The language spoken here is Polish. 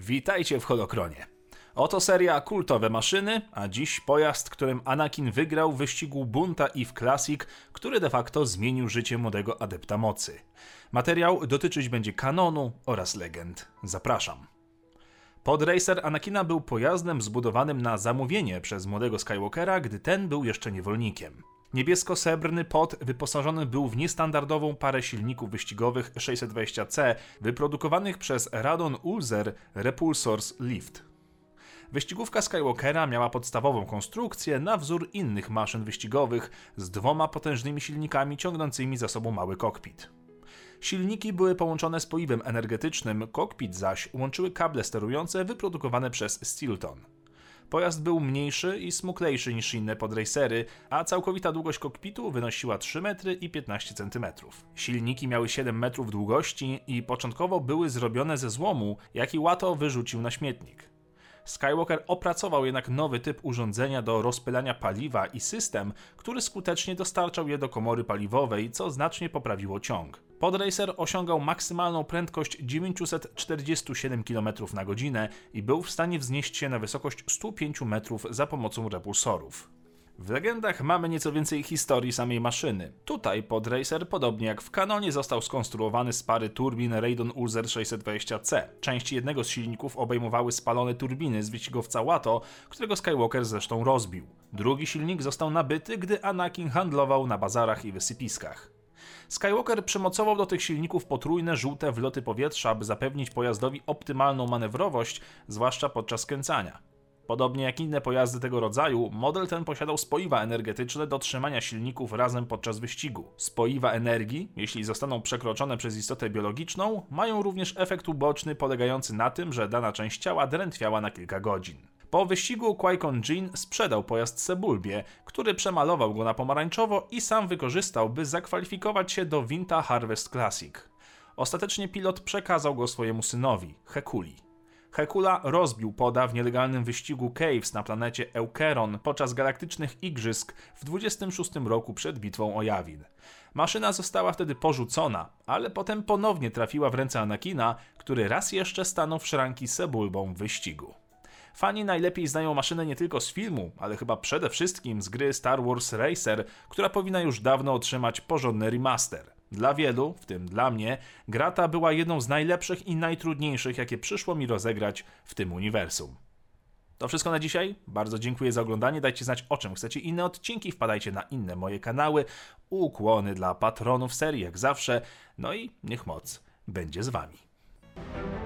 Witajcie w Holokronie. Oto seria Kultowe Maszyny, a dziś pojazd, którym Anakin wygrał w wyścigu Bunta Eve Classic, który de facto zmienił życie młodego adepta mocy. Materiał dotyczyć będzie kanonu oraz legend. Zapraszam. Podracer Anakina był pojazdem zbudowanym na zamówienie przez młodego Skywalkera, gdy ten był jeszcze niewolnikiem. Niebiesko-srebrny pod wyposażony był w niestandardową parę silników wyścigowych 620C, wyprodukowanych przez Radon Ulzer Repulsors Lift. Wyścigówka Skywalkera miała podstawową konstrukcję na wzór innych maszyn wyścigowych z dwoma potężnymi silnikami ciągnącymi za sobą mały kokpit. Silniki były połączone spoiwem energetycznym, kokpit zaś łączyły kable sterujące wyprodukowane przez Stilton. Pojazd był mniejszy i smuklejszy niż inne podracery, a całkowita długość kokpitu wynosiła 3 metry i 15 cm. Silniki miały 7 metrów długości i początkowo były zrobione ze złomu, jaki Watto wyrzucił na śmietnik. Skywalker opracował jednak nowy typ urządzenia do rozpylania paliwa i system, który skutecznie dostarczał je do komory paliwowej, co znacznie poprawiło ciąg. Podracer osiągał maksymalną prędkość 947 km/h i był w stanie wznieść się na wysokość 105 metrów za pomocą repulsorów. W legendach mamy nieco więcej historii samej maszyny. Tutaj Podracer, podobnie jak w kanonie, został skonstruowany z pary turbin Radon Ulzer 620C. Części jednego z silników obejmowały spalone turbiny z wyścigowca Watto, którego Skywalker zresztą rozbił. Drugi silnik został nabyty, gdy Anakin handlował na bazarach i wysypiskach. Skywalker przymocował do tych silników potrójne żółte wloty powietrza, by zapewnić pojazdowi optymalną manewrowość, zwłaszcza podczas skręcania. Podobnie jak inne pojazdy tego rodzaju, model ten posiadał spoiwa energetyczne do trzymania silników razem podczas wyścigu. Spoiwa energii, jeśli zostaną przekroczone przez istotę biologiczną, mają również efekt uboczny polegający na tym, że dana część ciała drętwiała na kilka godzin. Po wyścigu Qui-Gon Jinn sprzedał pojazd Sebulbie, który przemalował go na pomarańczowo i sam wykorzystał, by zakwalifikować się do Vinta Harvest Classic. Ostatecznie pilot przekazał go swojemu synowi, Hekuli. Hekula rozbił Poda w nielegalnym wyścigu Caves na planecie Eukeron podczas galaktycznych igrzysk w 26 roku przed bitwą o Yavin. Maszyna została wtedy porzucona, ale potem ponownie trafiła w ręce Anakina, który raz jeszcze stanął w szranki z Sebulbą w wyścigu. Fani najlepiej znają maszynę nie tylko z filmu, ale chyba przede wszystkim z gry Star Wars Racer, która powinna już dawno otrzymać porządny remaster. Dla wielu, w tym dla mnie, gra ta była jedną z najlepszych i najtrudniejszych, jakie przyszło mi rozegrać w tym uniwersum. To wszystko na dzisiaj. Bardzo dziękuję za oglądanie. Dajcie znać, o czym chcecie inne odcinki. Wpadajcie na inne moje kanały. Ukłony dla patronów serii, jak zawsze. No i niech moc będzie z wami.